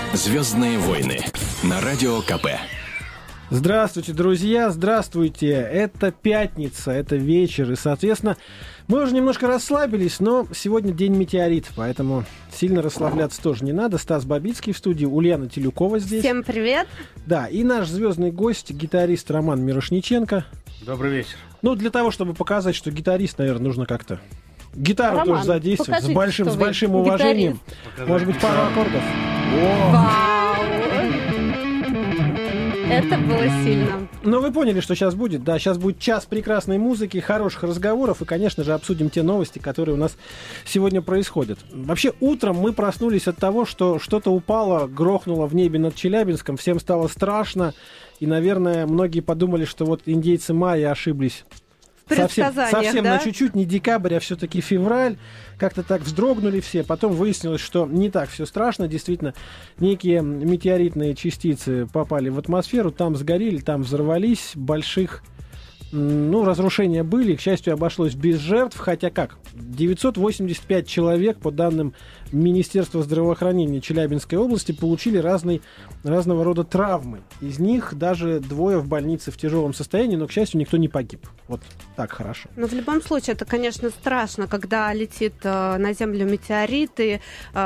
«Звездные войны» на Радио КП. Здравствуйте, друзья, здравствуйте. Это пятница, это вечер, и, соответственно, мы уже немножко расслабились, но сегодня день метеорит, поэтому сильно расслабляться тоже не надо. Стас Бабицкий в студии, Ульяна Телюкова здесь. Всем привет. Да, и наш звездный гость, гитарист Роман Мирошниченко. Добрый вечер. Ну, для того, чтобы показать, что гитарист, наверное, нужно как-то гитару Роман, тоже задействовать, покажите, с большим уважением. Может быть, пару аккордов? Вау! Это было сильно. Но вы поняли, что сейчас будет. Да, сейчас будет час прекрасной музыки, хороших разговоров и, конечно же, обсудим те новости, которые у нас сегодня происходят. Вообще, утром мы проснулись от того, что что-то упало, грохнуло в небе над Челябинском, всем стало страшно, и, наверное, многие подумали, что вот индейцы майя ошиблись. Совсем да? На чуть-чуть, не декабрь, а все-таки февраль. Как-то так вздрогнули все. Потом выяснилось, что не так все страшно. Действительно, некие метеоритные частицы попали в атмосферу, там сгорели, там взорвались. Больших разрушения были. К счастью, обошлось без жертв. Хотя как? 985 человек, по данным Министерства здравоохранения Челябинской области, получили разного рода травмы. Из них даже 2 в больнице в тяжелом состоянии, но, к счастью, никто не погиб. Вот так хорошо. Но в любом случае, это, конечно, страшно, когда летит на Землю метеорит, и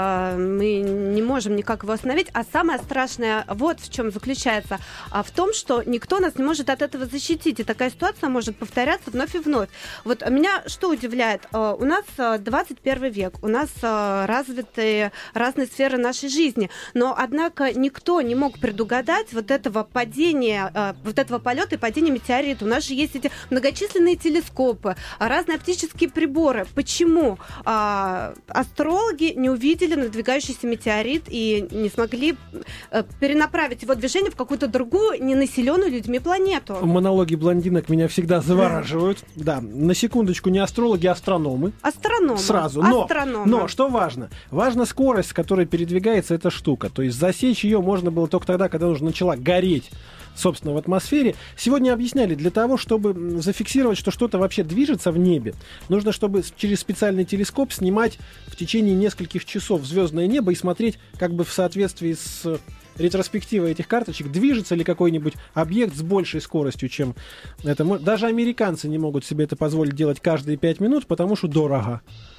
мы не можем никак его остановить. А самое страшное вот в чем заключается. В том, что никто нас не может от этого защитить. И такая ситуация может повторяться вновь и вновь. Вот меня что удивляет? У нас 21 век, у нас развитые разные сферы нашей жизни, но, однако, никто не мог предугадать вот этого падения, вот этого полета и падения метеорита. У нас же есть эти многочисленные телескопы, разные оптические приборы. Почему астрологи не увидели надвигающийся метеорит и не смогли перенаправить его движение в какую-то другую, ненаселенную людьми планету? Монологи блондинок меня всегда завораживают. Да, на секундочку, не астрологи, а астрономы. Астрономы. Сразу. Астрономы. Но что важно? Важна скорость, с которой передвигается эта штука. То есть засечь ее можно было только тогда, когда уже начала гореть, собственно, в атмосфере. Сегодня объясняли, для того, чтобы зафиксировать, что что-то вообще движется в небе, нужно, чтобы через специальный телескоп снимать в течение нескольких часов звездное небо и смотреть как бы в соответствии с ретроспективой этих карточек, движется ли какой-нибудь объект с большей скоростью, чем это. Даже американцы не могут себе это позволить делать каждые 5 минут, потому что дорого.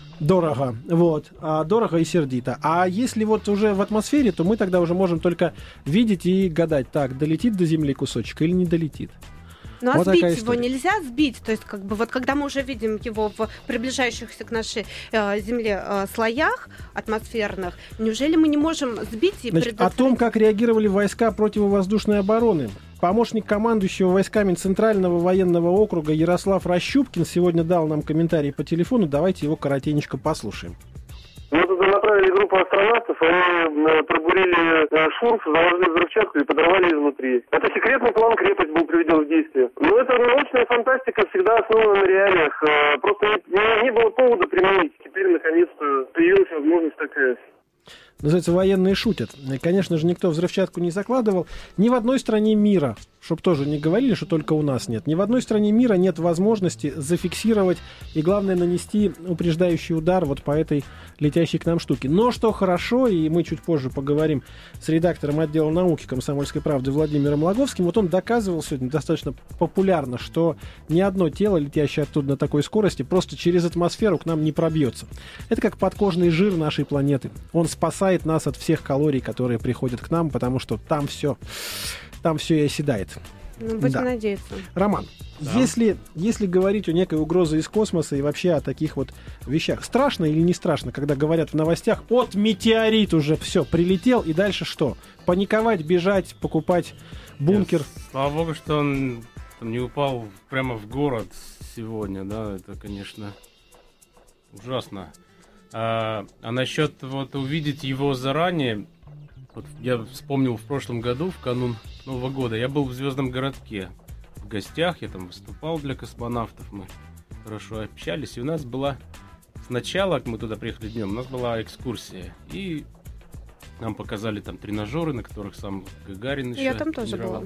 Вот. Дорого и сердито. А если вот уже в атмосфере, то мы тогда уже можем только видеть и гадать, так, долетит до Земли кусочек или не долетит. Ну, а вот сбить его нельзя сбить? То есть, как бы, вот когда мы уже видим его в приближающихся к нашей Земле слоях атмосферных, неужели мы не можем сбить и предотвратить? О том, как реагировали войска противовоздушной обороны. Помощник командующего войсками Центрального военного округа Ярослав Рощупкин сегодня дал нам комментарий по телефону. Давайте его коротенько послушаем. Мы туда направили группу астронавтов, они пробурили шурф, заложили взрывчатку и подорвали изнутри. Это секретный план, крепость был приведен в действие. Но это научная фантастика, всегда основана на реалиях. Просто не было повода применить. Теперь, наконец-то, появилась возможность такая. Называется, военные шутят. И, конечно же, никто взрывчатку не закладывал. Ни в одной стране мира, чтобы тоже не говорили, что только у нас нет, ни в одной стране мира нет возможности зафиксировать и, главное, нанести упреждающий удар вот по этой летящей к нам штуке. Но что хорошо, и мы чуть позже поговорим с редактором отдела науки «Комсомольской правды» Владимиром Логовским, вот он доказывал сегодня достаточно популярно, что ни одно тело, летящее оттуда на такой скорости, просто через атмосферу к нам не пробьется. Это как подкожный жир нашей планеты. Он спасает нас от всех калорий, которые приходят к нам, потому что там все и оседает. Ну, будем надеяться. Роман, да. Если говорить о некой угрозе из космоса и вообще о таких вот вещах, страшно или не страшно, когда говорят в новостях, от метеорит уже все, прилетел, и дальше что? Паниковать, бежать, покупать бункер? Слава богу, что он не упал прямо в город сегодня, да, это, конечно, ужасно. А насчет вот увидеть его заранее, вот я вспомнил в прошлом году, в канун Нового года, я был в Звездном городке в гостях, я там выступал для космонавтов, мы хорошо общались, и у нас была, сначала, мы туда приехали днем, у нас была экскурсия, и нам показали там тренажеры, на которых сам Гагарин еще я там тоже была.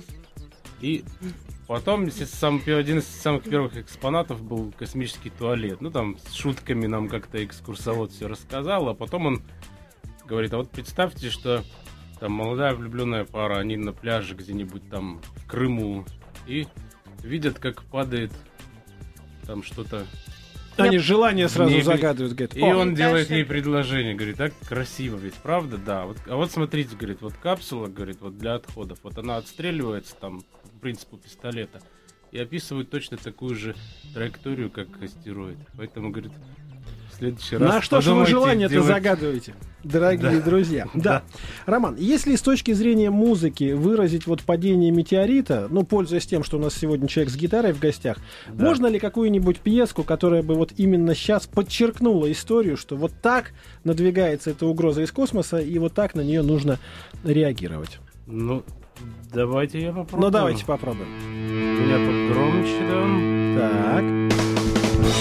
И потом, один из самых первых экспонатов был космический туалет. Ну, там с шутками нам как-то экскурсовод все рассказал, а потом он говорит, а вот представьте, что там молодая влюбленная пара, они на пляже где-нибудь там в Крыму, и видят, как падает там что-то. Они желание сразу Не- загадывают, говорят. И «О, он делает дальше- ей предложение, говорит, так красиво ведь, правда? Да. Вот, а вот смотрите, говорит, вот капсула, говорит, вот для отходов, вот она отстреливается там по принципу пистолета и описывает точно такую же траекторию, как астероид. Поэтому, говорит, в следующий раз на что же вы подумайте, желание-то где вы- загадываете, дорогие Да. друзья? Да. Роман, если с точки зрения музыки выразить вот падение метеорита, ну, пользуясь тем, что у нас сегодня человек с гитарой в гостях, Да. можно ли какую-нибудь пьеску, которая бы вот именно сейчас подчеркнула историю, что вот так надвигается эта угроза из космоса, и вот так на нее нужно реагировать? Ну, давайте я попробую. Ну, давайте попробуем. Я погромче дам. Так.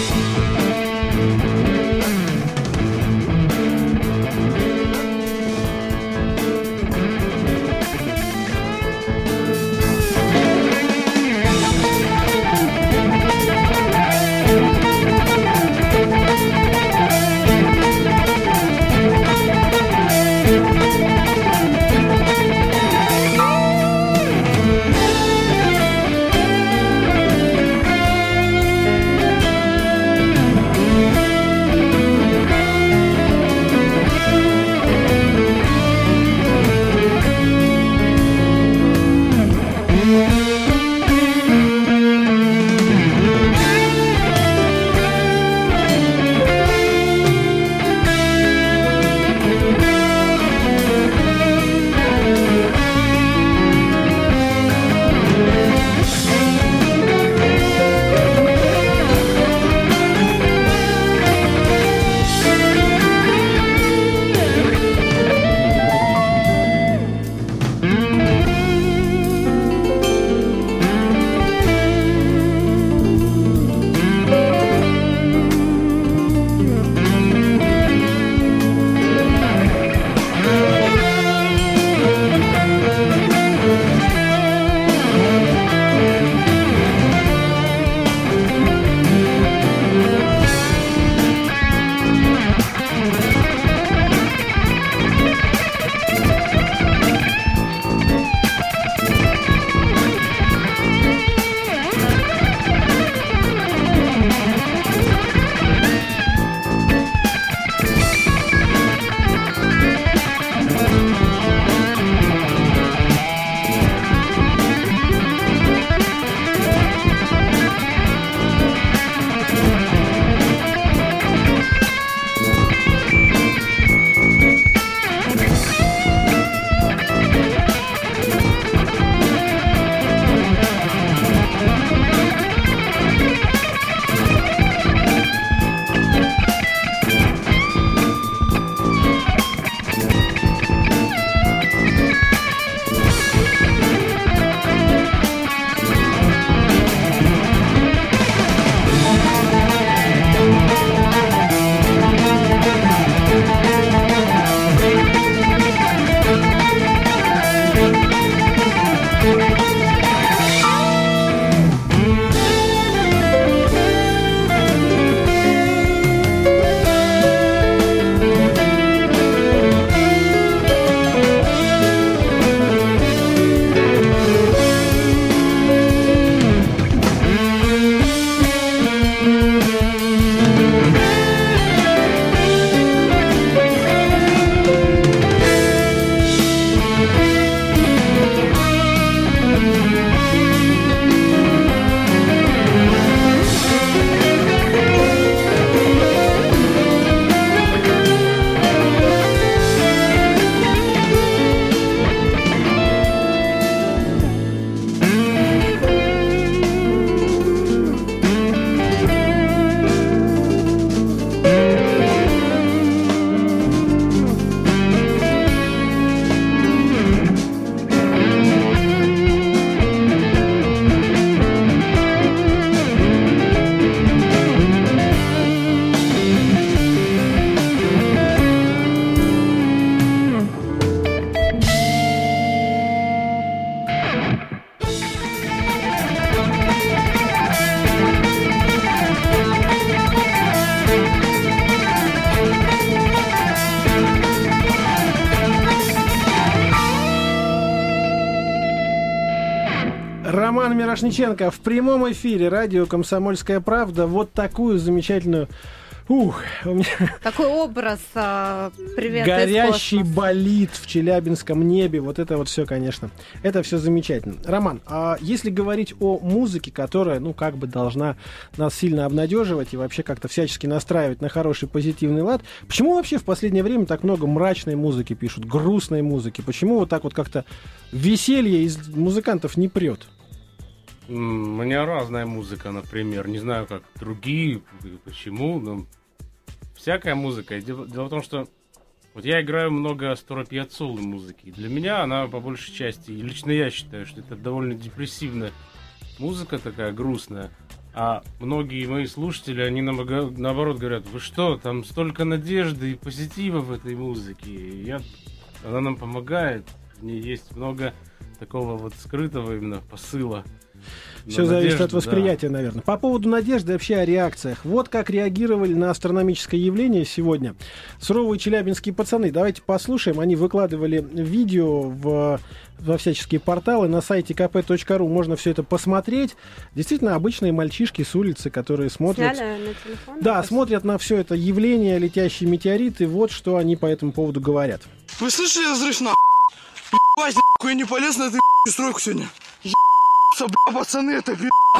Роман Мирошниченко в прямом эфире радио «Комсомольская правда». Вот такую замечательную... у меня... Такой образ привет горящий болид в челябинском небе. Вот это вот все, конечно. Это все замечательно. Роман, а если говорить о музыке, которая, ну, как бы должна нас сильно обнадеживать и вообще как-то всячески настраивать на хороший позитивный лад, почему вообще в последнее время так много мрачной музыки пишут, грустной музыки? Почему вот так вот как-то веселье из музыкантов не прет? У меня разная музыка, например. Не знаю, как другие, почему, но всякая музыка. Дело в том, что вот я играю много Астора Пиаццоллы музыки. Для меня она по большей части, и лично я считаю, что это довольно депрессивная музыка такая, грустная. А многие мои слушатели, они наоборот говорят: вы что, там столько надежды и позитива в этой музыке. Она нам помогает. В ней есть много такого вот скрытого именно посыла. Все зависит от восприятия, наверное. По поводу надежды, вообще о реакциях. Вот как реагировали на астрономическое явление сегодня суровые челябинские пацаны. Давайте послушаем. Они выкладывали видео во всяческие порталы. На сайте kp.ru можно все это посмотреть. Действительно, обычные мальчишки с улицы, которые смотрят... Сняли на телефон? Да, смотрят на все это явление, летящие метеориты. Вот что они по этому поводу говорят. Вы слышали взрыв, нахуй? Ебать, нахуй, я не полез на эту стройку сегодня. Бля, пацаны, это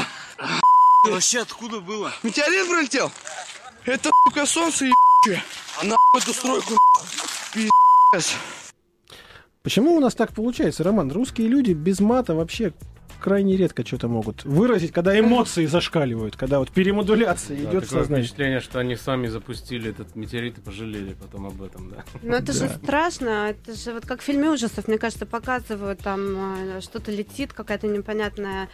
вообще откуда было? Метеорит пролетел? Это, сука, солнце ебучее. А нахуй эту стройку, пиздец. Почему у нас так получается, Роман? Русские люди без мата вообще крайне редко что-то могут выразить, когда эмоции зашкаливают, когда вот перемодуляция идет в сознании. Впечатление, что они сами запустили этот метеорит и пожалели потом об этом, да. Ну это же страшно, это же вот как в фильме ужасов, мне кажется, показывают, там что-то летит, какое-то непонятное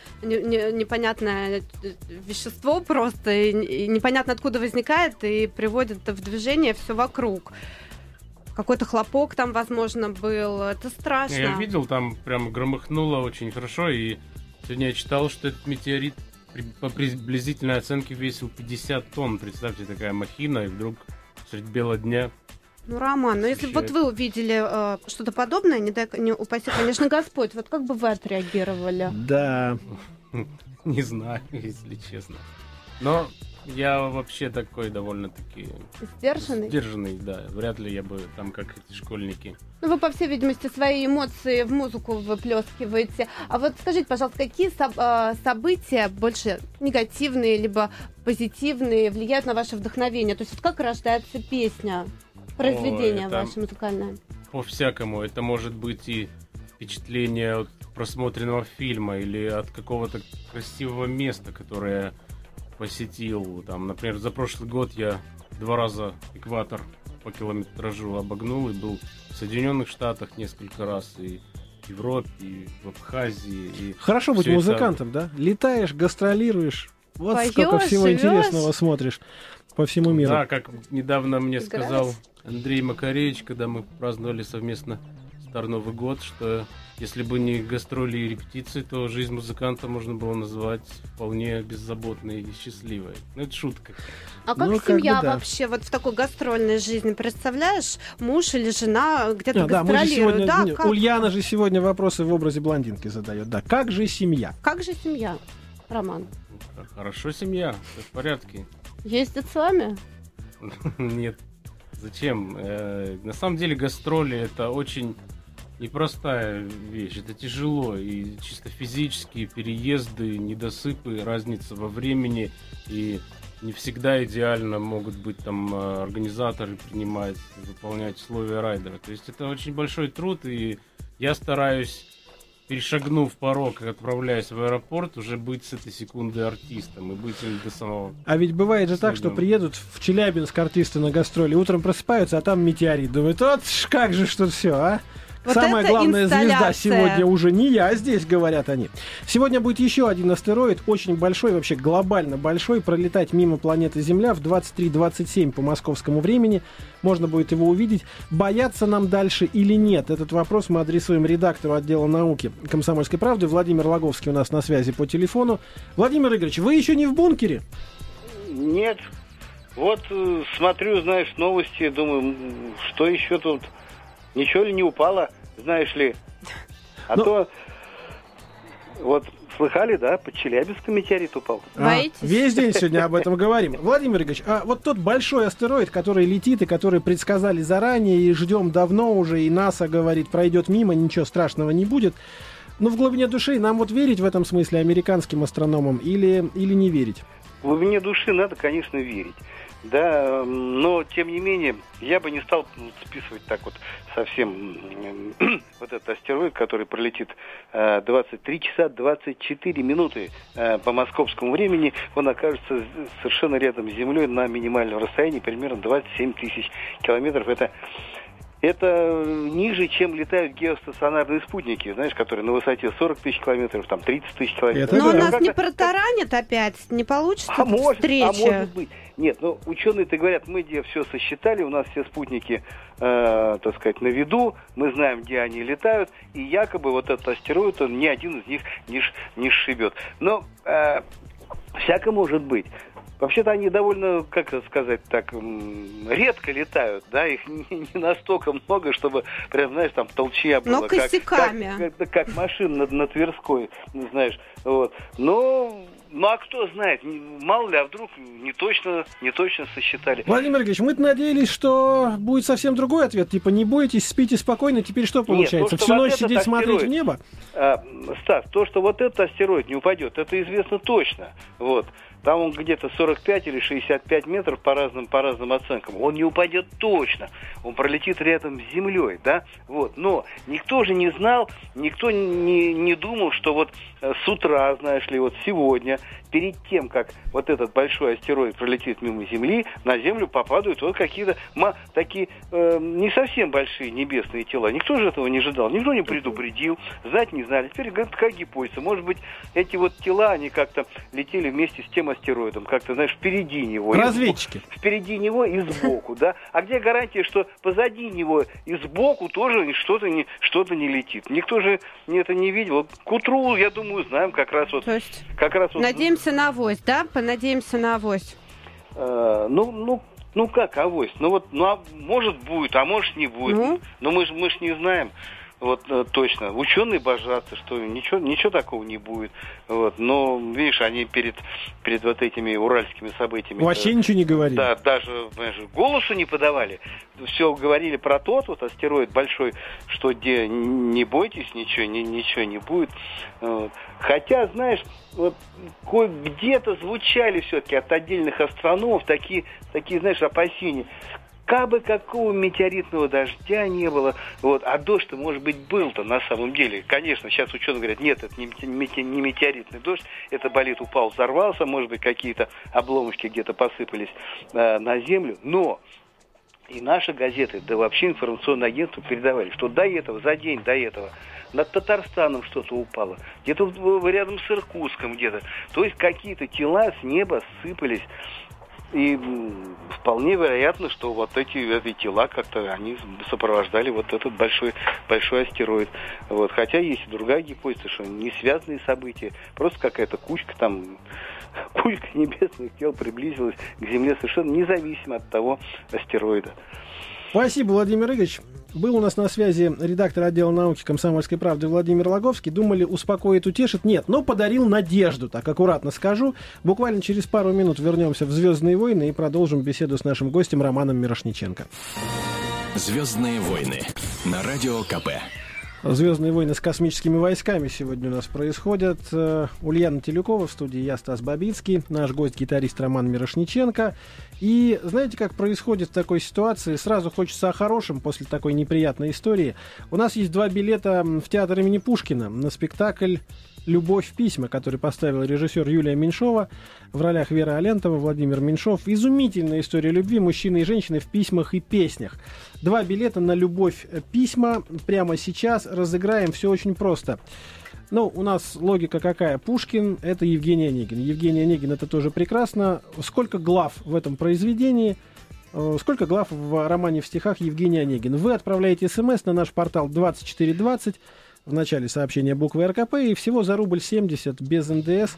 вещество просто, и непонятно откуда возникает, и приводит в движение все вокруг. Какой-то хлопок там, возможно, был. Это страшно. Я видел, там прям громыхнуло очень хорошо. И сегодня я читал, что этот метеорит по приблизительной оценке весил 50 тонн. Представьте, такая махина, и вдруг средь бела дня... Ну, Роман, ну если вот вы увидели что-то подобное, не упаси, конечно, Господь, вот как бы вы отреагировали? Да. Не знаю, если честно. Но... Я вообще такой довольно-таки... Сдержанный, да. Вряд ли я бы там, как эти школьники. Ну, вы, по всей видимости, свои эмоции в музыку выплескиваете. А вот скажите, пожалуйста, какие события больше негативные, либо позитивные влияют на ваше вдохновение? То есть вот как рождается песня, произведение ваше музыкальное? По-всякому. Это может быть и впечатление от просмотренного фильма или от какого-то красивого места, которое... посетил. Там, например, за прошлый год я 2 раза экватор по километражу обогнул и был в Соединенных Штатах несколько раз, и в Европе, и в Абхазии. И хорошо быть музыкантом, да? Летаешь, гастролируешь, вот поешь, сколько всего интересного смотришь по всему миру. Да, как недавно мне сказал Андрей Макаревич, когда мы праздновали совместно Стар Новый год, что если бы не гастроли и репетиции, то жизнь музыканта можно было назвать вполне беззаботной и счастливой. Ну, это шутка. А как семья вообще вот в такой гастрольной жизни? Представляешь, муж или жена где-то гастролируют? Да, Ульяна же сегодня вопросы в образе блондинки задает. Да, как же семья? Как же семья, Роман? Хорошо семья, все в порядке. Ездит с вами? Нет. Зачем? На самом деле гастроли это очень... непростая вещь, это тяжело, и чисто физические переезды, недосыпы, разница во времени, и не всегда идеально могут быть там организаторы принимать, выполнять условия райдера. То есть это очень большой труд, и я стараюсь, перешагнув порог, отправляясь в аэропорт, уже быть с этой секунды артистом и быть им до самого... А ведь бывает же так, что приедут в Челябинск артисты на гастроли, утром просыпаются, а там метеорит. Думают, вот как же что все, а? Вот самая главная звезда сегодня уже не я, здесь говорят они. Сегодня будет еще один астероид, очень большой, вообще глобально большой, пролетать мимо планеты Земля в 23:27 по московскому времени. Можно будет его увидеть. Бояться нам дальше или нет? Этот вопрос мы адресуем редактору отдела науки «Комсомольской правды». Владимир Логовский у нас на связи по телефону. Владимир Игоревич, вы еще не в бункере? Нет. Вот смотрю, знаешь, новости, думаю, что еще тут... Ничего ли не упало, знаешь ли? А то вот Слыхали, да? Под Челябинском метеорит упал. Боитесь? Весь день сегодня об этом говорим. Владимир Игоревич, а вот тот большой астероид, который летит и который предсказали заранее, и ждем давно уже, и НАСА говорит, пройдет мимо, ничего страшного не будет. Но в глубине души нам вот верить в этом смысле американским астрономам или не верить? В глубине души надо, конечно, верить. Да, но, тем не менее, я бы не стал списывать так вот совсем вот этот астероид, который пролетит 23 часа 24 минуты по московскому времени. Он окажется совершенно рядом с Землей на минимальном расстоянии, примерно 27 тысяч километров. Это ниже, чем летают геостационарные спутники, знаешь, которые на высоте 40 тысяч километров, там 30 тысяч километров. Но нас не протаранит опять, не получится встреча. Может быть. Нет, ну ученые-то говорят, мы где все сосчитали, у нас все спутники, так сказать, на виду, мы знаем, где они летают, и якобы вот этот астероид, он ни один из них не сшибет. Но всяко может быть. Вообще-то они довольно, как сказать так, редко летают, да, их не настолько много, чтобы, прям, знаешь, там толчья была. Но косяками. Как машин на Тверской, знаешь, вот. Но... Ну, а кто знает, мало ли, а вдруг не точно сосчитали. Владимир Ильич, мы-то надеялись, что будет совсем другой ответ, типа не бойтесь, спите спокойно, теперь что получается? Нет, то, всю вот ночь сидеть смотреть в небо? Стас, то, что вот этот астероид не упадет, это известно точно, вот. Там он где-то 45 или 65 метров по разным оценкам. Он не упадет точно. Он пролетит рядом с Землей, да? Вот. Но никто же не знал, никто не думал, что вот с утра, знаешь ли, вот сегодня, перед тем, как вот этот большой астероид пролетит мимо Земли, на Землю попадают вот какие-то такие не совсем большие небесные тела. Никто же этого не ожидал, никто не предупредил, знать не знали. Теперь говорят, какая гипотеза. Может быть, эти вот тела, они как-то летели вместе с тем астероидом, как-то, знаешь, впереди него. Разведчики. Впереди него и сбоку, да? А где гарантия, что позади него и сбоку тоже что-то не летит? Никто же это не видел. К утру, я думаю, знаем как раз вот... То есть, надеемся на авось, да? Понадеемся на авось. Ну как авось? А может будет, а может не будет. Но мы ж не знаем. Вот точно. Ученые божатся, что ничего такого не будет. Вот. Но, видишь, они перед вот этими уральскими событиями... Вообще ничего не говорили. Да, даже, знаешь, голосу не подавали. Все говорили про тот вот астероид большой, что где не бойтесь, ничего не будет. Вот. Хотя, знаешь, вот где-то звучали все-таки от отдельных астрономов такие, знаешь, опасения. Кабы какого метеоритного дождя не было, вот, а дождь-то, может быть, был-то на самом деле. Конечно, сейчас ученые говорят, нет, это не метеоритный дождь, это болид упал, взорвался, может быть, какие-то обломочки где-то посыпались на землю, но и наши газеты, да вообще информационное агентство передавали, что за день до этого над Татарстаном что-то упало, где-то рядом с Иркутском где-то, то есть какие-то тела с неба сыпались. И вполне вероятно, что вот эти тела как-то они сопровождали вот этот большой астероид. Вот. Хотя есть и другая гипотеза, что не связанные события, просто какая-то кучка небесных тел приблизилась к Земле совершенно независимо от того астероида. Спасибо, Владимир Игоревич. Был у нас на связи редактор отдела науки «Комсомольской правды» Владимир Логовский. Думали, успокоит, утешит. Нет, но подарил надежду, так аккуратно скажу. Буквально через пару минут вернемся в «Звездные войны» и продолжим беседу с нашим гостем Романом Мирошниченко. «Звездные войны» на Радио КП. «Звездные войны» с космическими войсками сегодня у нас происходят. Ульяна Телюкова в студии, я Стас Бабицкий, наш гость-гитарист Роман Мирошниченко. И знаете, как происходит в такой ситуации? Сразу хочется о хорошем после такой неприятной истории. У нас есть 2 билета в театр имени Пушкина на спектакль «Любовь в письма», который поставил режиссер Юлия Меньшова, в ролях Вера Алентова, Владимир Меньшов. Изумительная история любви мужчины и женщины в письмах и песнях. 2 билета на «Любовь письма» прямо сейчас разыграем. Все очень просто. Ну, у нас логика какая? Пушкин — это Евгений Онегин. Евгений Онегин — это тоже прекрасно. Сколько глав в этом произведении? Сколько глав в романе в стихах Евгений Онегин? Вы отправляете смс на наш портал 2420. В начале сообщения буквы РКП, и всего за рубль 70 без НДС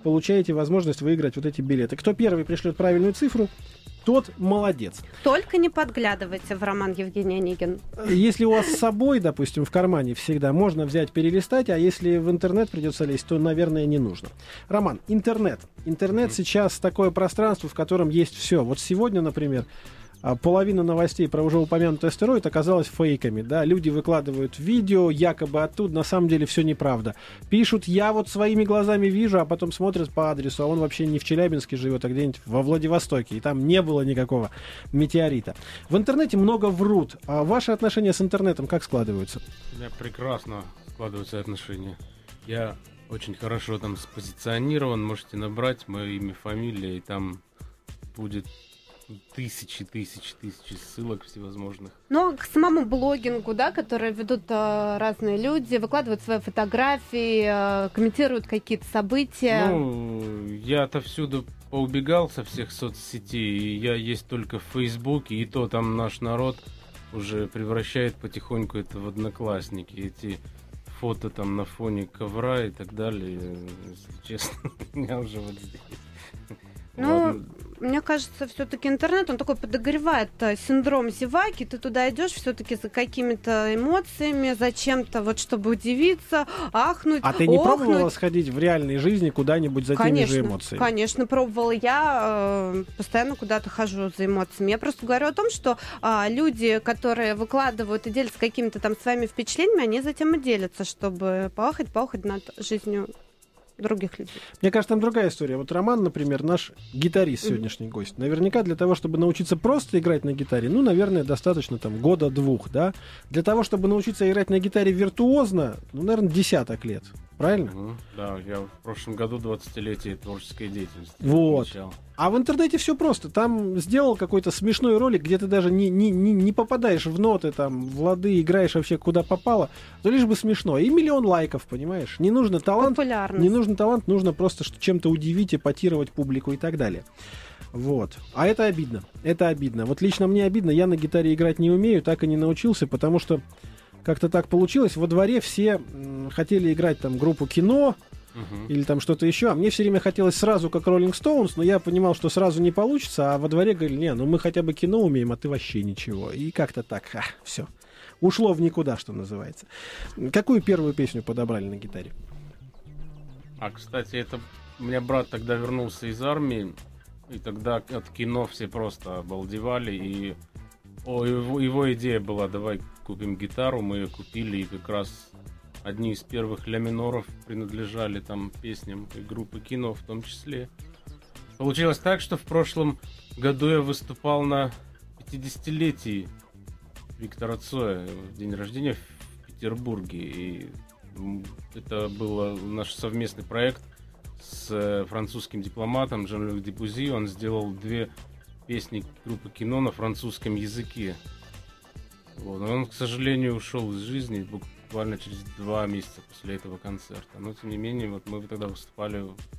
получаете возможность выиграть вот эти билеты. Кто первый пришлет правильную цифру, тот молодец. Только не подглядывайте в роман Евгения Онегин. Если у вас с собой, допустим, в кармане всегда, можно взять, перелистать, а если в интернет придется лезть, то, наверное, не нужно. Роман, интернет. Интернет сейчас такое пространство, в котором есть все. Вот сегодня, например, половина новостей про уже упомянутый астероид оказалась фейками. Да? Люди выкладывают видео якобы оттуда, на самом деле все неправда. Пишут, я вот своими глазами вижу, а потом смотрят по адресу, а он вообще не в Челябинске живет, а где-нибудь во Владивостоке, и там не было никакого метеорита. В интернете много врут. А ваши отношения с интернетом как складываются? У меня прекрасно складываются отношения. Я очень хорошо там спозиционирован, можете набрать мое имя, фамилия, и там будет тысячи ссылок всевозможных. Но к самому блогингу, да, который ведут разные люди, выкладывают свои фотографии, комментируют какие-то события. Ну, я отовсюду поубегал со всех соцсетей, и я есть только в Фейсбуке, и то там наш народ уже превращает потихоньку это в одноклассники. Эти фото там на фоне ковра и так далее, если честно, у меня уже вот здесь. Ну, мне кажется, все-таки интернет, он такой подогревает синдром зеваки. Ты туда идешь все-таки за какими-то эмоциями, за чем-то, вот чтобы удивиться, ахнуть, А ты не пробовала сходить в реальной жизни куда-нибудь за теми же эмоциями? Конечно, пробовала. Я постоянно куда-то хожу за эмоциями. Я просто говорю о том, что люди, которые выкладывают и делятся какими-то там своими впечатлениями, они затем и делятся, чтобы поахать над жизнью других людей. Мне кажется, там другая история. Вот Роман, например, наш гитарист, сегодняшний гость. Наверняка для того, чтобы научиться просто играть на гитаре, ну, наверное, достаточно там года-двух, да? Для того, чтобы научиться играть на гитаре виртуозно, ну, наверное, 10 лет. Правильно? Да, я в прошлом году 20-летие творческой деятельности вот. отмечал. А в интернете все просто. Там сделал какой-то смешной ролик, где ты даже не попадаешь в ноты, там, в лады, играешь вообще куда попало, то лишь бы смешно. И 1 миллион лайков, понимаешь? Не нужно талант, нужно просто чем-то удивить, эпатировать публику и так далее. Вот. А это обидно. Это обидно. Вот лично мне обидно, я на гитаре играть не умею, так и не научился, потому что как-то так получилось. Во дворе все хотели играть там группу «Кино», или там что-то еще, а мне все время хотелось сразу, как Rolling Stones, но я понимал, что сразу не получится, а во дворе говорили, не, ну мы хотя бы кино умеем, а ты вообще ничего. И как-то так, все. Ушло в никуда, что называется. Какую первую песню подобрали на гитаре? Кстати, это у меня брат тогда вернулся из армии, и тогда от кино все просто обалдевали, и его идея была, давай купим гитару, мы ее купили, и как раз одни из первых ля миноров принадлежали там песням и группы «Кино» в том числе. Получилось так, что в прошлом году я выступал на 50-летии Виктора Цоя, в день рождения в Петербурге. И это был наш совместный проект с французским дипломатом Жан-Люк Депузи. Он сделал 2 песни группы «Кино» на французском языке. Вот. Но он, к сожалению, ушел из жизни буквально через 2 месяца после этого концерта. Но, тем не менее, вот мы тогда выступали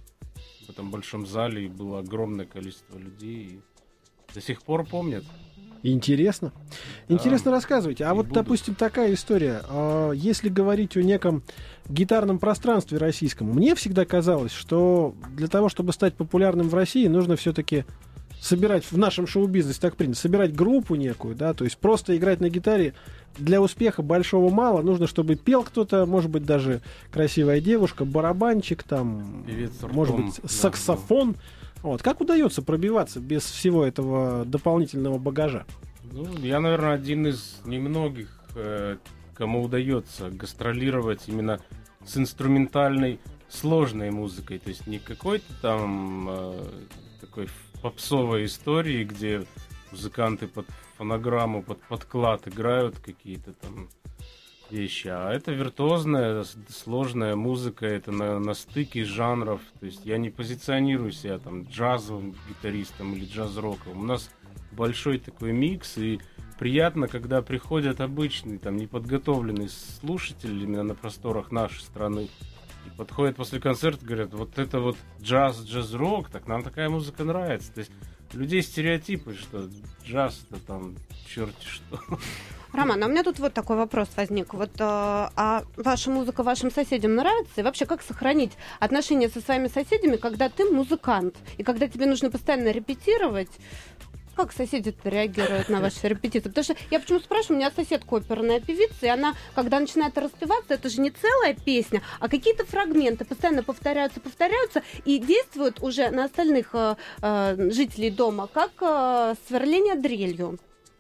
в этом большом зале, и было огромное количество людей, и до сих пор помнят. Интересно. Интересно рассказывайте. А вот, допустим, такая история. Если говорить о неком гитарном пространстве российском, мне всегда казалось, что для того, чтобы стать популярным в России, нужно все-таки собирать, в нашем шоу-бизнесе так принято, собирать группу некую, да, то есть просто играть на гитаре для успеха большого мало, нужно, чтобы пел кто-то, может быть, даже красивая девушка, барабанчик, там, может быть, саксофон. Да. Вот. Как удается пробиваться без всего этого дополнительного багажа? Ну, я, наверное, один из немногих, кому удается гастролировать именно с инструментальной сложной музыкой, то есть не какой-то там такой попсовой истории, где музыканты под фонограмму, под подклад играют какие-то там вещи, а это виртуозная, сложная музыка, это на стыке жанров, то есть я не позиционирую себя там джазовым гитаристом или джаз-роком, у нас большой такой микс, и приятно, когда приходят обычные там неподготовленные слушатели именно на просторах нашей страны, и подходят после концерта, говорят, вот это вот джаз-рок, так нам такая музыка нравится. То есть у людей стереотипы, что джаз это там черти что. Роман, а у меня тут вот такой вопрос возник. Вот, а ваша музыка вашим соседям нравится? И вообще, как сохранить отношения со своими соседями, когда ты музыкант, и когда тебе нужно постоянно репетировать? Как соседи-то реагируют на ваши репетиции? Потому что я почему спрашиваю, у меня соседка оперная певица, и она, когда начинает распеваться, это же не целая песня, а какие-то фрагменты постоянно повторяются, и действуют уже на остальных жителей дома, как сверление дрелью.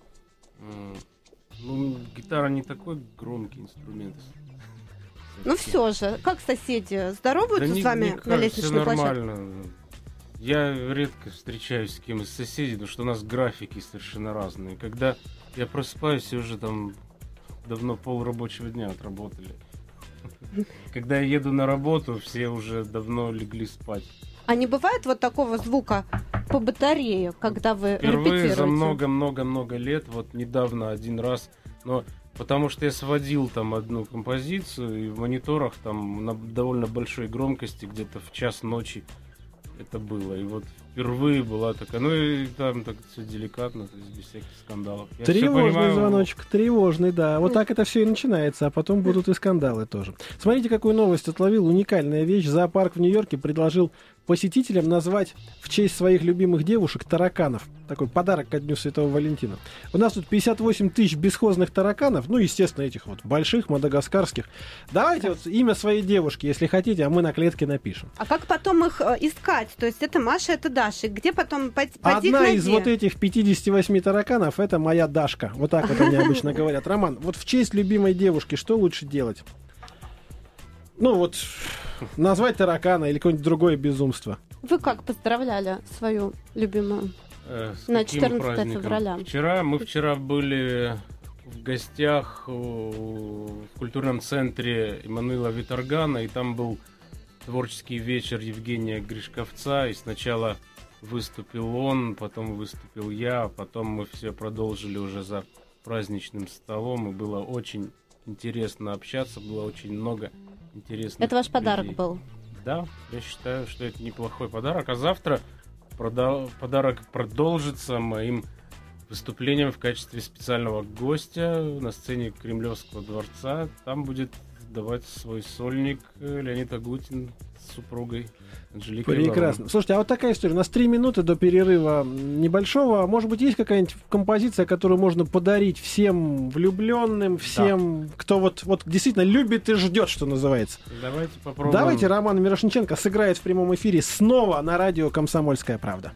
Ну, гитара не такой громкий инструмент. Ну все же, как соседи здороваются с вами на лестничной площадке? Нормально. Я редко встречаюсь с кем из соседей, потому что у нас графики совершенно разные. Когда я просыпаюсь, все уже там давно полрабочего дня отработали. Когда я еду на работу, все уже давно легли спать. А не бывает вот такого звука по батарее, когда вы Впервые репетируете? за много-много-много лет, вот недавно один раз, но потому что я сводил там одну композицию, и в мониторах там на довольно большой громкости, где-то в час ночи это было. И вот впервые была такая, ну и там так все деликатно, то есть без всяких скандалов. Я Тревожный звоночек, тревожный, да. Вот так это все и начинается, а потом будут и скандалы тоже. Смотрите, какую новость отловил. Уникальная вещь. Зоопарк в Нью-Йорке предложил посетителям назвать в честь своих любимых девушек тараканов. Такой подарок ко Дню Святого Валентина. У нас тут 58 тысяч бесхозных тараканов, ну, естественно, этих вот больших, мадагаскарских. Давайте вот имя своей девушки, если хотите, а мы на клетке напишем. А как потом их искать? То есть это Маша, это Даша. Где потом пойти Одна из вот этих 58 тараканов — это моя Дашка. Вот так вот они обычно говорят. Роман, вот в честь любимой девушки что лучше делать? Ну вот, назвать таракана или какое-нибудь другое безумство. Вы как поздравляли свою любимую на 14 февраля? Мы вчера были в гостях в культурном центре Эммануила Виторгана, и там был творческий вечер Евгения Гришковца, и сначала выступил он, потом выступил я, потом мы все продолжили уже за праздничным столом, и было очень интересно общаться, было очень много интересных Это ваш людей. Подарок был? Да, я считаю, что это неплохой подарок, а завтра подарок продолжится моим выступлением в качестве специального гостя на сцене Кремлевского дворца. Там будет давать свой сольник Леонид Агутин с супругой Анжеликой. Прекрасно. Слушайте, а вот такая история. У нас 3 минуты до перерыва небольшого. Может быть, есть какая-нибудь композиция, которую можно подарить всем влюбленным, всем, кто вот действительно любит и ждет, что называется? Давайте попробуем. Давайте Роман Мирошниченко сыграет в прямом эфире снова на радио «Комсомольская правда».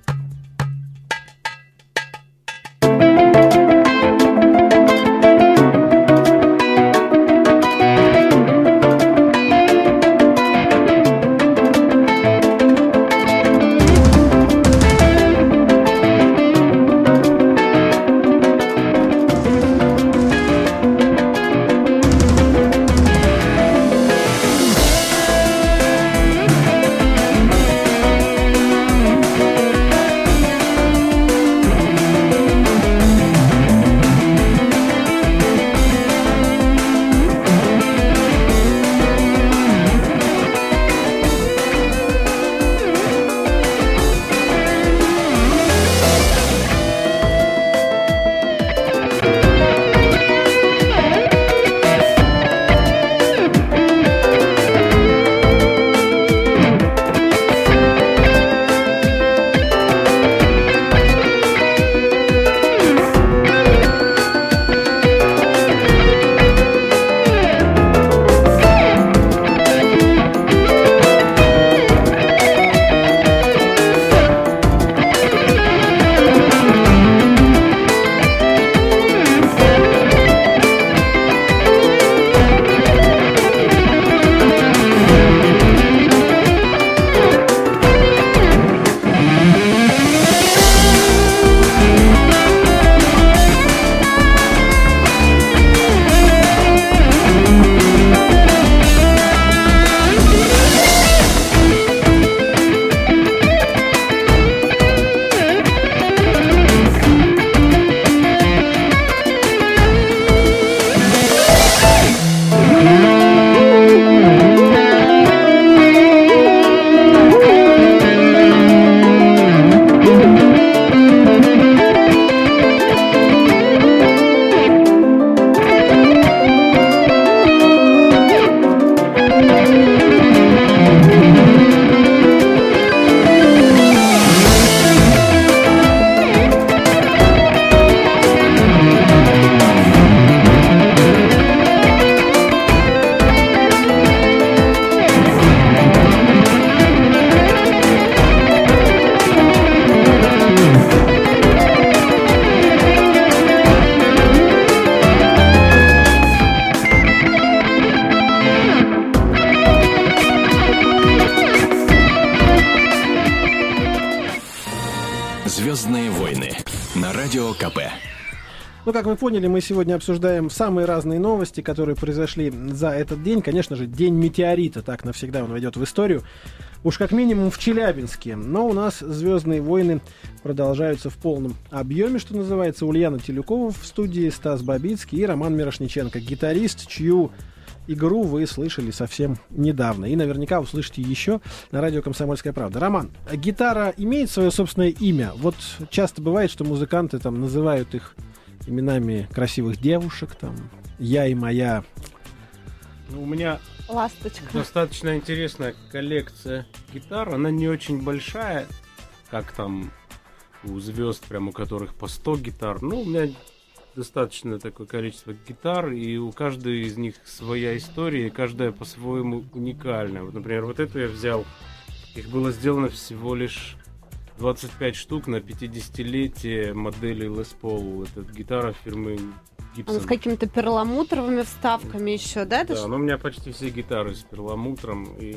Радио КП. Ну, как вы поняли, мы сегодня обсуждаем самые разные новости, которые произошли за этот день. Конечно же, День метеорита, так навсегда он войдет в историю. Уж как минимум в Челябинске. Но у нас «Звездные войны» продолжаются в полном объеме, что называется. Ульяна Телюкова в студии, Стас Бабицкий и Роман Мирошниченко, гитарист, чью игру вы слышали совсем недавно. И наверняка услышите еще на радио «Комсомольская правда». Роман, гитара имеет свое собственное имя? Вот часто бывает, что музыканты там называют их именами красивых девушек, там, я и моя. Ну, у меня Ласточка. достаточно интересная коллекция гитар. Она не очень большая, как там у звезд, прям у которых по 100 гитар. Ну, у меня достаточно такое количество гитар, и у каждой из них своя история, и каждая по-своему уникальная. Вот, например, вот эту я взял. Их было сделано всего лишь 25 штук на 50-летие модели Les Paul. Это гитара фирмы Gibson. Она с какими-то перламутровыми вставками еще, да? Да, но у меня почти все гитары с перламутром, и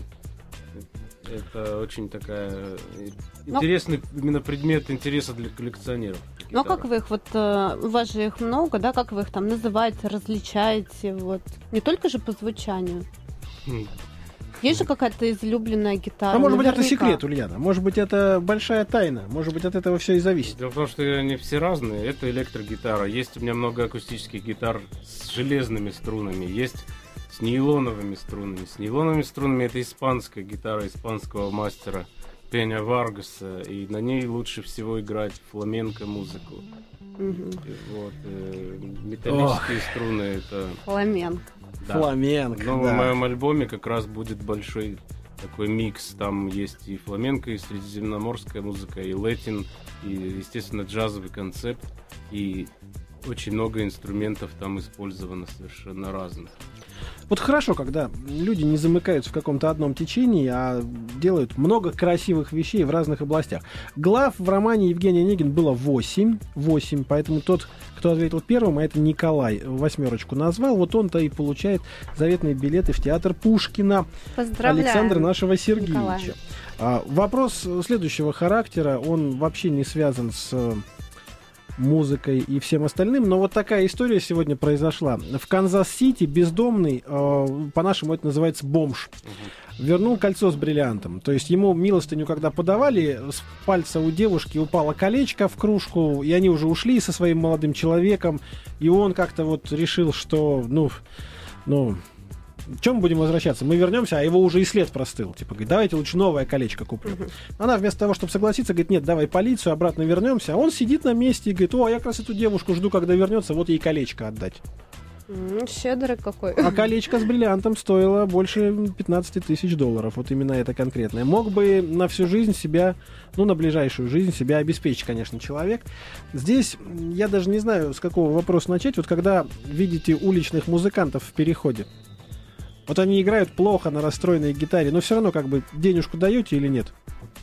это очень такая интересный именно предмет интереса для коллекционеров. Ну а как вы их, вот у вас же их много, да, как вы их там называете, различаете, вот, не только же по звучанию? Есть же какая-то излюбленная гитара? А может быть, наверняка. это секрет, Ульяна? Может быть, это большая тайна? Может быть, от этого все и зависит? Дело в том, что они все разные. Это электрогитара. Есть у меня много акустических гитар с железными струнами. Есть с нейлоновыми струнами. С нейлоновыми струнами это испанская гитара испанского мастера Пеня Варгаса. И на ней лучше всего играть фламенко-музыку. Вот, металлические струны это... Фламенко. Да. Фламенко, Но да. в моем альбоме как раз будет большой такой микс. Там есть и фламенко, и средиземноморская музыка, и латин, и, естественно, джазовый концепт. И очень много инструментов там использовано совершенно разных. Вот хорошо, когда люди не замыкаются в каком-то одном течении, а делают много красивых вещей в разных областях. Глав в романе Евгения Онегин было 8, поэтому тот, кто ответил первым, а это Николай, 8 назвал, вот он-то и получает заветные билеты в театр Пушкина. Поздравляем, Александра нашего Сергеевича. Николай. Вопрос следующего характера, он вообще не связан с музыкой и всем остальным, но вот такая история сегодня произошла. В Канзас-Сити бездомный, по-нашему это называется бомж, вернул кольцо с бриллиантом. То есть ему милостыню когда подавали, с пальца у девушки упало колечко в кружку, и они уже ушли со своим молодым человеком, и он как-то вот решил, что, ну, чем мы будем возвращаться? Мы вернемся, а его уже и след простыл. Типа, говорит, давайте лучше новое колечко куплю. Она вместо того, чтобы согласиться, говорит, нет, давай полицию, обратно вернемся. А он сидит на месте и говорит, я как раз эту девушку жду, когда вернется, вот ей колечко отдать. Щедрый какой. А колечко с бриллиантом стоило больше $15 тысяч. Вот именно это конкретное. Мог бы на всю жизнь себя, на ближайшую жизнь себя обеспечить, конечно, человек. Здесь я даже не знаю, с какого вопроса начать. Вот когда видите уличных музыкантов в переходе, вот они играют плохо на расстроенной гитаре, но все равно как бы денежку даете или нет?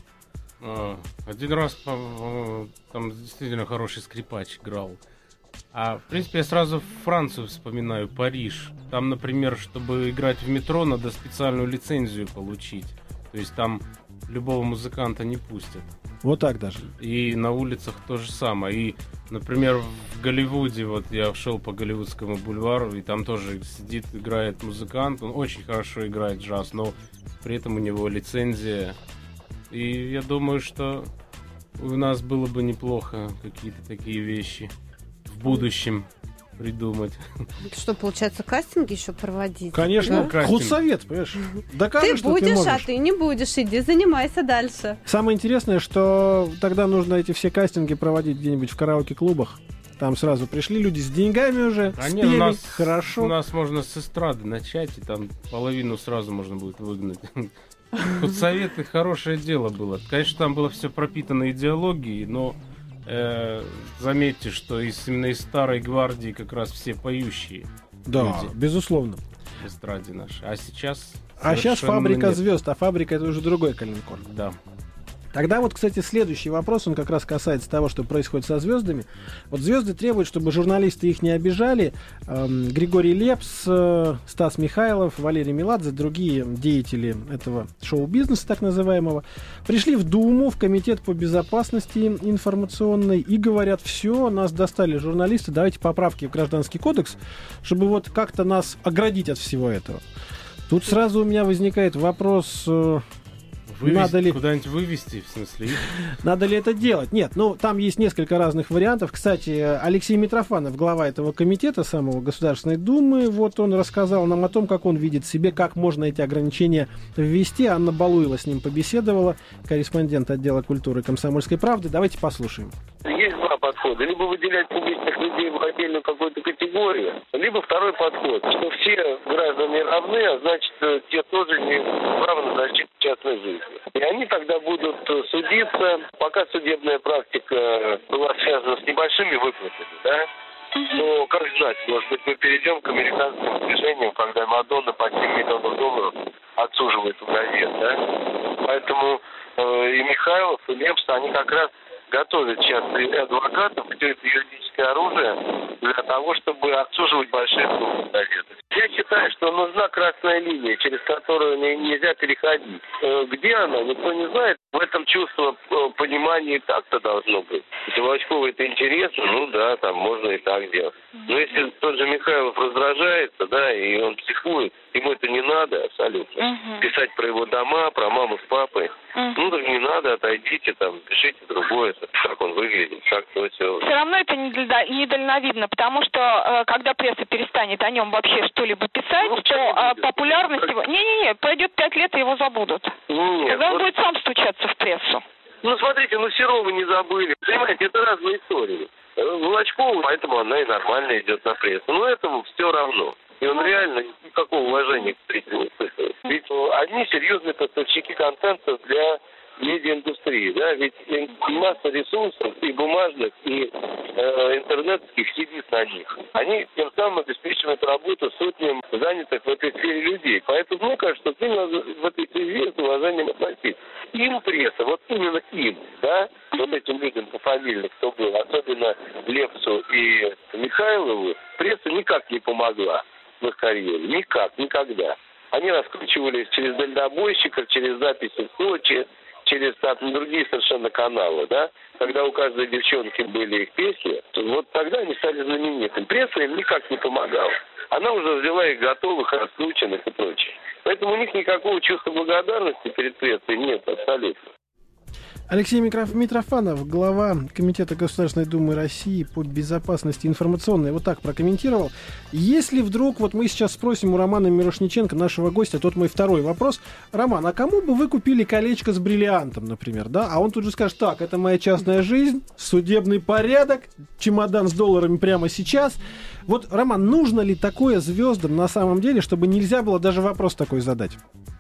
Один раз там действительно хороший скрипач играл. А в принципе я сразу Францию вспоминаю, Париж. Там, например, чтобы играть в метро, надо специальную лицензию получить. То есть там любого музыканта не пустят. Вот так даже. И на улицах то же самое. И, например, в Голливуде, вот я шел по Голливудскому бульвару, и там тоже сидит, играет музыкант. Он очень хорошо играет джаз, но при этом у него лицензия. И я думаю, что у нас было бы неплохо какие-то такие вещи в будущем придумать. Что, получается, кастинги еще проводить? Конечно, Да? худсовет, понимаешь? Докажи, Ты что будешь, ты можешь. а ты не будешь. Иди, занимайся дальше. Самое интересное, что тогда нужно эти все кастинги проводить где-нибудь в караоке-клубах. Там сразу пришли люди с деньгами уже, А спели, нет, у нас, хорошо. У нас можно с эстрады начать, и там половину сразу можно будет выгнать. Худсоветы хорошее дело было. Конечно, там было все пропитано идеологией, но заметьте, что именно из старой гвардии как раз все поющие Да, люди безусловно. в эстраде нашей. А сейчас А сейчас совершенно фабрика нет. звезд, а фабрика это уже другой калинкор. Да. Тогда вот, кстати, следующий вопрос, он как раз касается того, что происходит со звездами. Вот звезды требуют, чтобы журналисты их не обижали. Григорий Лепс, Стас Михайлов, Валерий Меладзе, другие деятели этого шоу-бизнеса так называемого, пришли в Думу, в Комитет по безопасности информационной и говорят: все, нас достали журналисты, давайте поправки в Гражданский кодекс, чтобы вот как-то нас оградить от всего этого. Тут сразу у меня возникает вопрос... Надо ли куда-нибудь вывести, в смысле? Надо ли это делать? Нет, ну там есть несколько разных вариантов. Кстати, Алексей Митрофанов, глава этого комитета самого Государственной Думы, вот он рассказал нам о том, как он видит себе, как можно эти ограничения ввести. Анна Балуева с ним побеседовала, корреспондент отдела культуры «Комсомольской правды». Давайте послушаем. Есть два подхода. Либо выделять публичных людей в отдельную какую-то категорию, либо второй подход, что все граждане равны, а значит, те тоже имеют право на защиту частной жизни. И они тогда будут судиться, пока судебная практика была связана с небольшими выплатами, да? Но, как знать, может быть, мы перейдем к американским движениям, когда Мадонна по 7 миллионов долларов отсуживает в газет, да? Поэтому и Михайлов, и Лепс, они как раз готовят сейчас адвокатов, все это юридическое оружие для того, чтобы отсуживать большие суммы газеты. Я считаю, что нужна красная линия, через которую нельзя переходить. Где она, никто не знает. В этом чувство понимания так-то должно быть. Если Волочкову это интересно, ну да, там можно и так делать. Но если тот же Михайлов раздражается, да, и он психует, ему это не надо абсолютно. Писать про его дома, про маму с папой. Ну так не надо, отойдите там, пишите другое, как он выглядит, как то все. Все равно это недальновидно, потому что когда пресса перестанет о нем вообще что-либо писать, то популярность его... Не-не-не, пройдет 5 лет, и его забудут. Нет, тогда он будет сам стучаться в прессу. Ну, смотрите, Серова не забыли. Понимаете, это разные истории. Волочкова, поэтому она и нормально идет на прессу. Но этому все равно. И он реально никакого уважения к зрителю не испытывает. Ведь одни серьезные поставщики контента для медиаиндустрии, да, ведь масса ресурсов и бумажных, и интернетских сидит на них. Они тем самым обеспечивают работу сотням занятых в этой сфере людей. Поэтому мне кажется, что к ним надо в этой связи с уважением относиться. Им пресса, вот именно им, да, вот этим людям пофамильно, кто был, особенно Лепсу и Михайлову, пресса никак не помогла в их карьере. Никак, никогда. Они раскручивались через дальнобойщиков, через записи в Сочи, через другие совершенно каналы, да, когда у каждой девчонки были их песни, вот тогда они стали знаменитыми. Пресса им никак не помогала. Она уже взяла их готовых, раскрученных и прочее. Поэтому у них никакого чувства благодарности перед прессой нет абсолютно. Алексей Митрофанов, глава Комитета Государственной Думы России по безопасности информационной, вот так прокомментировал. Если вдруг, вот мы сейчас спросим у Романа Мирошниченко, нашего гостя, тот мой второй вопрос. Роман, а кому бы вы купили колечко с бриллиантом, например, да? А он тут же скажет: так, это моя частная жизнь, судебный порядок, чемодан с долларами прямо сейчас. Вот, Роман, нужно ли такое звездам на самом деле, чтобы нельзя было даже вопрос такой задать?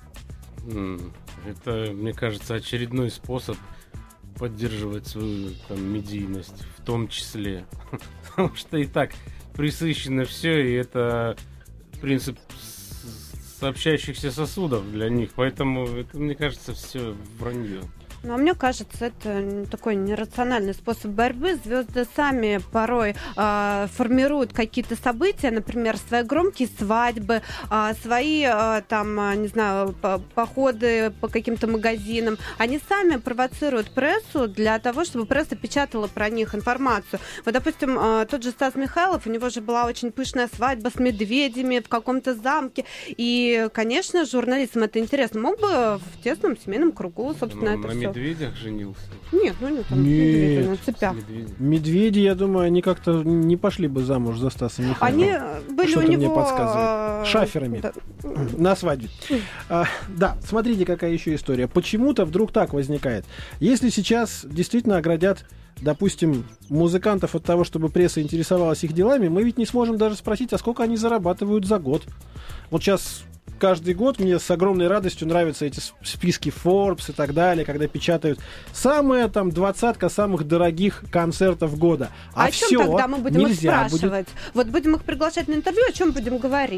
Это, мне кажется, очередной способ поддерживать свою медийность, в том числе. Потому что и так пресыщено все, и это принцип сообщающихся сосудов для них. Поэтому это, мне кажется, все вранье. Ну, а мне кажется, это такой нерациональный способ борьбы. Звезды сами порой формируют какие-то события, например, свои громкие свадьбы, свои, не знаю, походы по каким-то магазинам. Они сами провоцируют прессу для того, чтобы пресса печатала про них информацию. Вот, допустим, тот же Стас Михайлов, у него же была очень пышная свадьба с медведями в каком-то замке. И, конечно, журналистам это интересно. Мог бы в тесном семейном кругу, собственно, это все. На медведях женился? Нет, медведи на цепях. Медведи, я думаю, они как-то не пошли бы замуж за Стаса Михайлова. Они были что-то у него... мне подсказывает. Шаферами. Да. На свадьбе. Да, смотрите, какая еще история. Почему-то вдруг так возникает. Если сейчас действительно оградят, допустим, музыкантов от того, чтобы пресса интересовалась их делами, мы ведь не сможем даже спросить, а сколько они зарабатывают за год. Вот сейчас... Каждый год мне с огромной радостью нравятся эти списки Forbes и так далее, когда печатают самые 20 самых дорогих концертов года. А о чем тогда мы будем их спрашивать? Вот будем их приглашать на интервью, о чем будем говорить?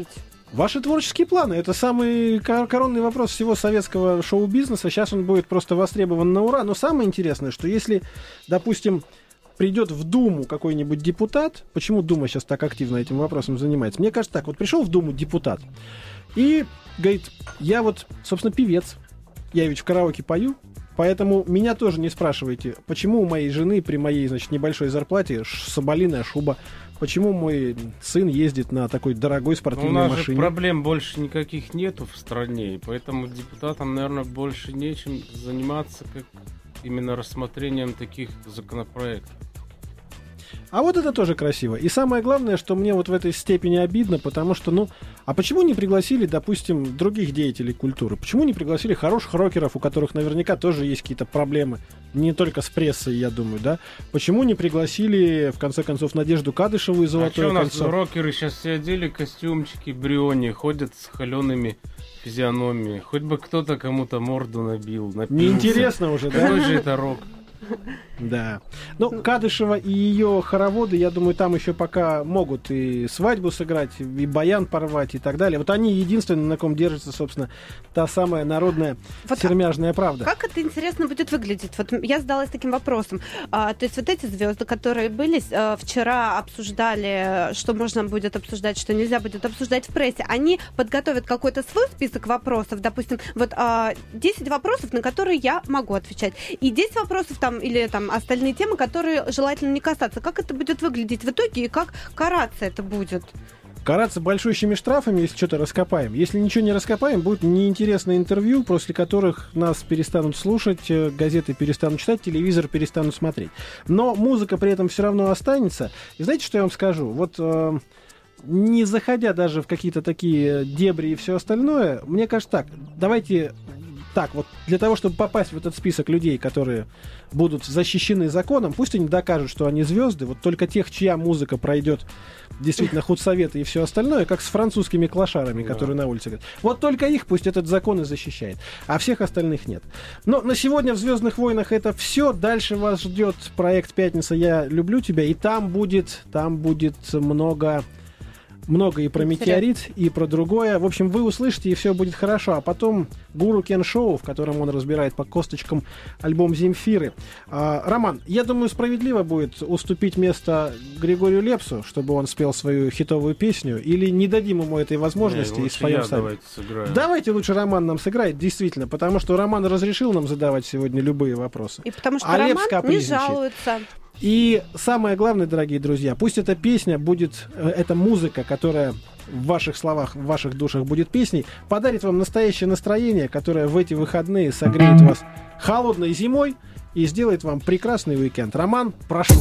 Ваши творческие планы — это самый коронный вопрос всего советского шоу-бизнеса. Сейчас он будет просто востребован на ура. Но самое интересное, что если, допустим, придет в Думу какой-нибудь депутат, почему Дума сейчас так активно этим вопросом занимается? Мне кажется так, вот пришел в Думу депутат и говорит, я вот, собственно, певец, я ведь в караоке пою, поэтому меня тоже не спрашивайте, почему у моей жены при моей, значит, небольшой зарплате соболиная шуба, почему мой сын ездит на такой дорогой спортивной машине. У нас же проблем больше никаких нету в стране, и поэтому депутатам, наверное, больше нечем заниматься, как именно рассмотрением таких законопроектов. А вот это тоже красиво. И самое главное, что мне вот в этой степени обидно, потому что, ну, а почему не пригласили, допустим, других деятелей культуры? Почему не пригласили хороших рокеров, у которых наверняка тоже есть какие-то проблемы, не только с прессой, я думаю, да? Почему не пригласили, в конце концов, Надежду Кадышеву и «Золотое кольцо»? А что у нас рокеры сейчас все одели костюмчики, бриони, ходят с холеными физиономиями. Хоть бы кто-то кому-то морду набил, напился. Неинтересно уже, да? Какой же это рок? Да. Ну, Кадышева и ее хороводы, я думаю, там еще пока могут и свадьбу сыграть, и баян порвать и так далее. Вот они единственные, на ком держится, собственно, та самая народная вот сермяжная правда. Как это интересно будет выглядеть? Вот я задалась таким вопросом. То есть вот эти звезды, которые были, вчера обсуждали, что можно будет обсуждать, что нельзя будет обсуждать в прессе, они подготовят какой-то свой список вопросов, допустим, вот 10 вопросов, на которые я могу отвечать, и 10 вопросов там или там остальные темы, которые желательно не касаться. Как это будет выглядеть в итоге и как караться это будет? Караться большущими штрафами, если что-то раскопаем. Если ничего не раскопаем, будет неинтересное интервью, после которых нас перестанут слушать, газеты перестанут читать, телевизор перестанут смотреть. Но музыка при этом все равно останется. И знаете, что я вам скажу? Вот не заходя даже в какие-то такие дебри и все остальное, мне кажется так, давайте... Так, вот для того, чтобы попасть в этот список людей, которые будут защищены законом, пусть они докажут, что они звезды, вот только тех, чья музыка пройдет действительно худсоветы и все остальное, как с французскими клошарами, которые на улице говорят. Вот только их пусть этот закон и защищает, а всех остальных нет. Но на сегодня в «Звездных войнах» это все. Дальше вас ждет проект «Пятница. Я люблю тебя», и там будет много и про метеорит, и про другое. В общем, вы услышите, и все будет хорошо. А потом Гуру Кен Шоу, в котором он разбирает по косточкам альбом «Земфиры». Роман, я думаю, справедливо будет уступить место Григорию Лепсу, чтобы он спел свою хитовую песню, или не дадим ему этой возможности и споем сами? Давайте лучше Роман нам сыграет, действительно, потому что Роман разрешил нам задавать сегодня любые вопросы. И потому что Роман не жалуется. И самое главное, дорогие друзья, пусть эта песня будет, эта музыка, которая в ваших словах, в ваших душах будет песней, подарит вам настоящее настроение, которое в эти выходные согреет вас холодной зимой и сделает вам прекрасный уикенд. Роман, прошу.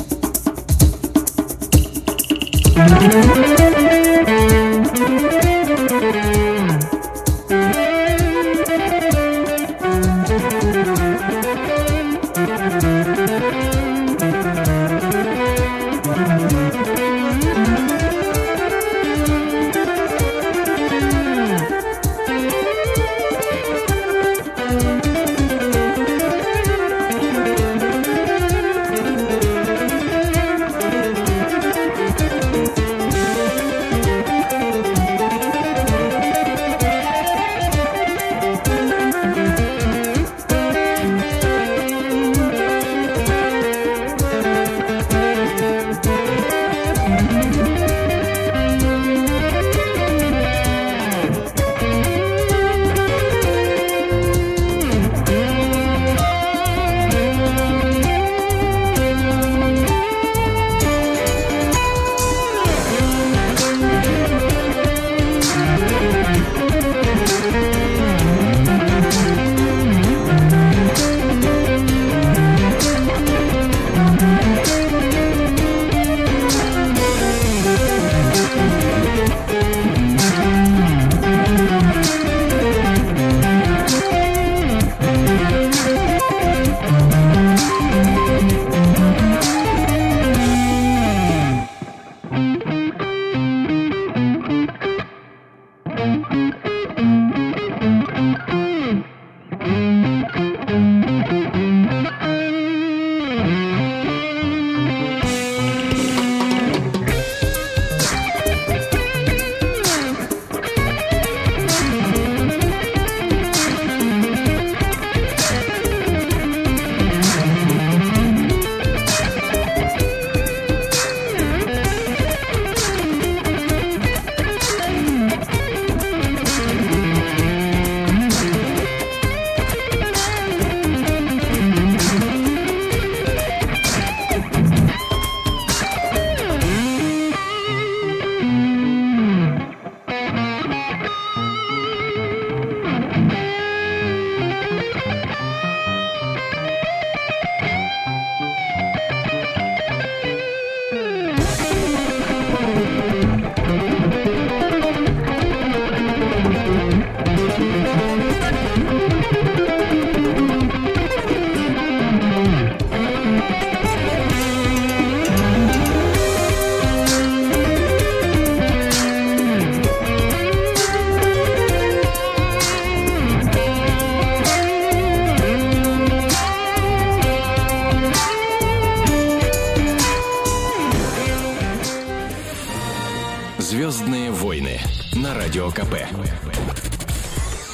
«Звездные войны» на Радио КП.